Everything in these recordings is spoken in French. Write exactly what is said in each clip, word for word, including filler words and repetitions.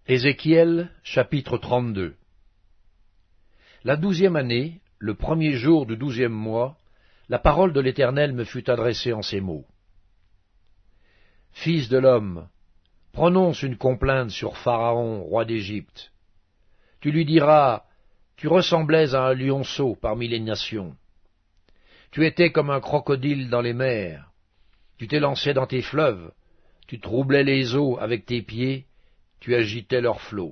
Ézéchiel, chapitre trente-deux. La douzième année, le premier jour du douzième mois, la parole de l'Éternel me fut adressée en ces mots. Fils de l'homme, prononce une complainte sur Pharaon, roi d'Égypte. Tu lui diras, tu ressemblais à un lionceau parmi les nations. Tu étais comme un crocodile dans les mers. Tu t'élançais dans tes fleuves, tu troublais les eaux avec tes pieds, tu agitais leurs flots.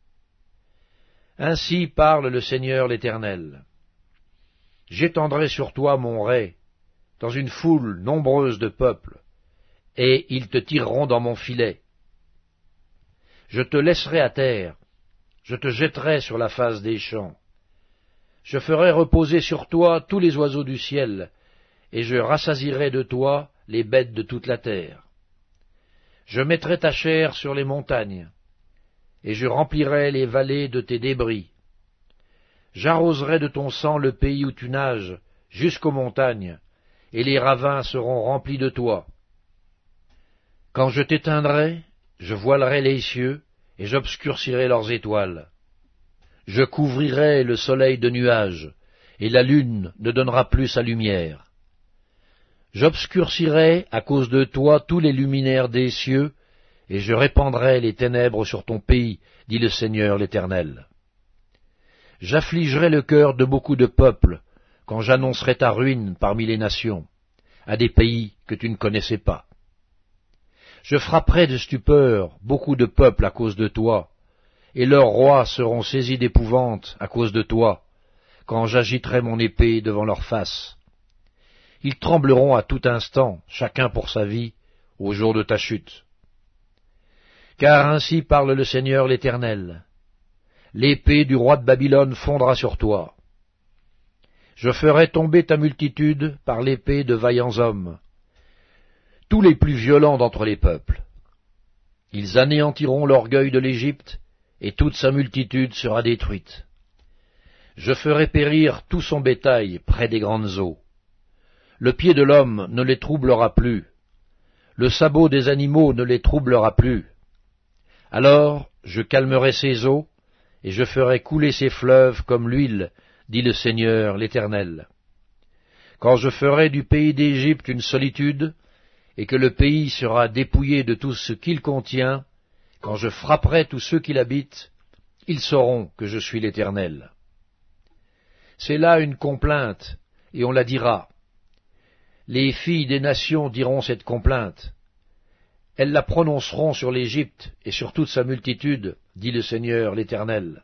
Ainsi parle le Seigneur l'Éternel. J'étendrai sur toi mon rai, dans une foule nombreuse de peuples, et ils te tireront dans mon filet. Je te laisserai à terre, je te jetterai sur la face des champs. Je ferai reposer sur toi tous les oiseaux du ciel, et je rassasierai de toi les bêtes de toute la terre. Je mettrai ta chair sur les montagnes, et je remplirai les vallées de tes débris. J'arroserai de ton sang le pays où tu nages, jusqu'aux montagnes, et les ravins seront remplis de toi. Quand je t'éteindrai, je voilerai les cieux, et j'obscurcirai leurs étoiles. Je couvrirai le soleil de nuages, et la lune ne donnera plus sa lumière. J'obscurcirai à cause de toi tous les luminaires des cieux, et je répandrai les ténèbres sur ton pays, dit le Seigneur l'Éternel. J'affligerai le cœur de beaucoup de peuples, quand j'annoncerai ta ruine parmi les nations, à des pays que tu ne connaissais pas. Je frapperai de stupeur beaucoup de peuples à cause de toi, et leurs rois seront saisis d'épouvante à cause de toi, quand j'agiterai mon épée devant leur face. Ils trembleront à tout instant, chacun pour sa vie, au jour de ta chute. Car ainsi parle le Seigneur l'Éternel. L'épée du roi de Babylone fondra sur toi. Je ferai tomber ta multitude par l'épée de vaillants hommes, tous les plus violents d'entre les peuples. Ils anéantiront l'orgueil de l'Égypte, et toute sa multitude sera détruite. Je ferai périr tout son bétail près des grandes eaux. Le pied de l'homme ne les troublera plus, le sabot des animaux ne les troublera plus. Alors je calmerai ses eaux, et je ferai couler ses fleuves comme l'huile, dit le Seigneur l'Éternel. Quand je ferai du pays d'Égypte une solitude, et que le pays sera dépouillé de tout ce qu'il contient, quand je frapperai tous ceux qui l'habitent, ils sauront que je suis l'Éternel. C'est là une complainte, et on la dira. Les filles des nations diront cette complainte. Elles la prononceront sur l'Égypte et sur toute sa multitude, dit le Seigneur l'Éternel.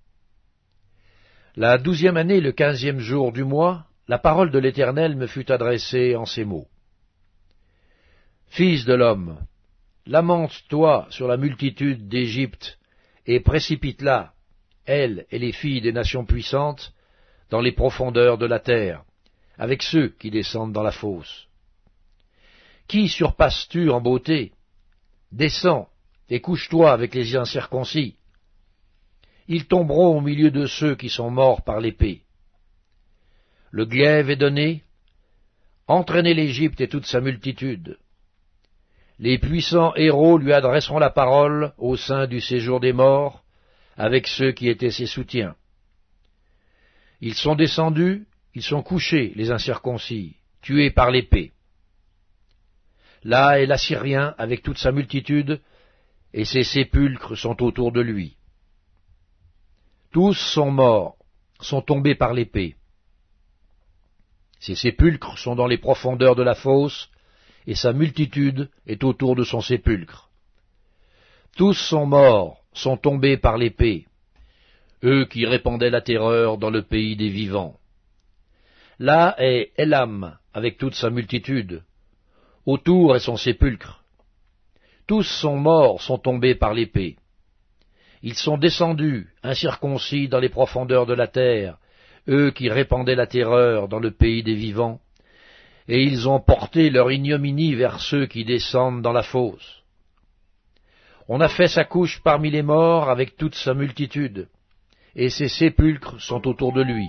La douzième année, le quinzième jour du mois, la parole de l'Éternel me fut adressée en ces mots. Fils de l'homme, lamente-toi sur la multitude d'Égypte, et précipite-la, elle et les filles des nations puissantes, dans les profondeurs de la terre, avec ceux qui descendent dans la fosse. Qui surpasses-tu en beauté? Descends, et couche-toi avec les incirconcis. Ils tomberont au milieu de ceux qui sont morts par l'épée. Le glaive est donné, entraînez l'Égypte et toute sa multitude. Les puissants héros lui adresseront la parole au sein du séjour des morts, avec ceux qui étaient ses soutiens. Ils sont descendus, ils sont couchés, les incirconcis, tués par l'épée. Là est l'Assyrien avec toute sa multitude, et ses sépulcres sont autour de lui. Tous sont morts, sont tombés par l'épée. Ses sépulcres sont dans les profondeurs de la fosse, et sa multitude est autour de son sépulcre. Tous sont morts, sont tombés par l'épée, eux qui répandaient la terreur dans le pays des vivants. Là est Élam avec toute sa multitude, autour est son sépulcre. Tous sont morts, sont tombés par l'épée. Ils sont descendus, incirconcis dans les profondeurs de la terre, eux qui répandaient la terreur dans le pays des vivants, et ils ont porté leur ignominie vers ceux qui descendent dans la fosse. On a fait sa couche parmi les morts avec toute sa multitude, et ses sépulcres sont autour de lui.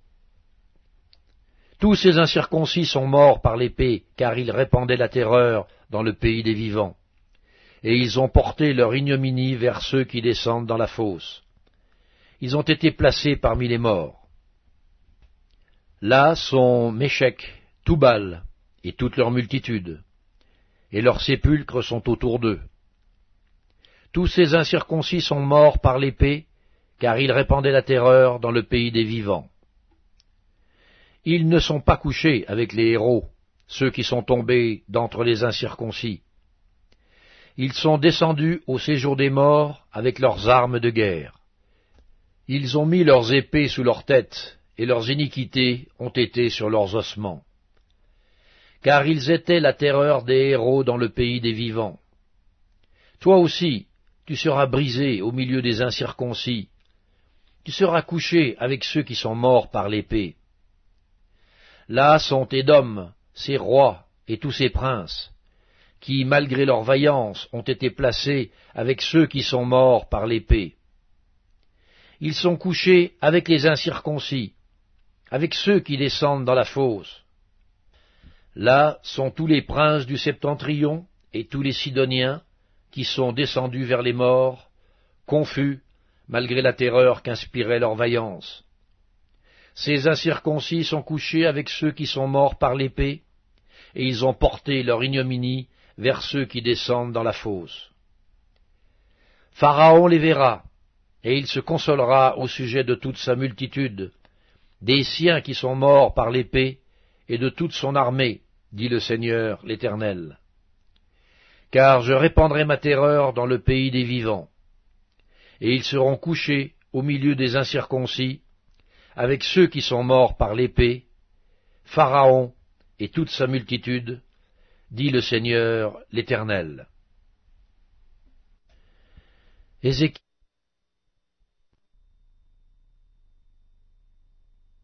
Tous ces incirconcis sont morts par l'épée, car ils répandaient la terreur dans le pays des vivants. et ils ont porté leur ignominie vers ceux qui descendent dans la fosse. Ils ont été placés parmi les morts. Là sont Méchec, Toubal, et toute leur multitude, et leurs sépulcres sont autour d'eux. Tous ces incirconcis sont morts par l'épée, car ils répandaient la terreur dans le pays des vivants. Ils ne sont pas couchés avec les héros, ceux qui sont tombés d'entre les incirconcis. Ils sont descendus au séjour des morts avec leurs armes de guerre. Ils ont mis leurs épées sous leurs têtes, et leurs iniquités ont été sur leurs ossements. Car ils étaient la terreur des héros dans le pays des vivants. Toi aussi, tu seras brisé au milieu des incirconcis. Tu seras couché avec ceux qui sont morts par l'épée. Là sont Édom, ses rois et tous ses princes, qui, malgré leur vaillance, ont été placés avec ceux qui sont morts par l'épée. Ils sont couchés avec les incirconcis, avec ceux qui descendent dans la fosse. Là sont tous les princes du septentrion et tous les Sidoniens qui sont descendus vers les morts, confus, malgré la terreur qu'inspirait leur vaillance. Ces incirconcis sont couchés avec ceux qui sont morts par l'épée, et ils ont porté leur ignominie vers ceux qui descendent dans la fosse. Pharaon les verra, et il se consolera au sujet de toute sa multitude, des siens qui sont morts par l'épée, et de toute son armée, dit le Seigneur l'Éternel. Car je répandrai ma terreur dans le pays des vivants, et ils seront couchés au milieu des incirconcis, avec ceux qui sont morts par l'épée, Pharaon et toute sa multitude, dit le Seigneur l'Éternel. Ézéchiel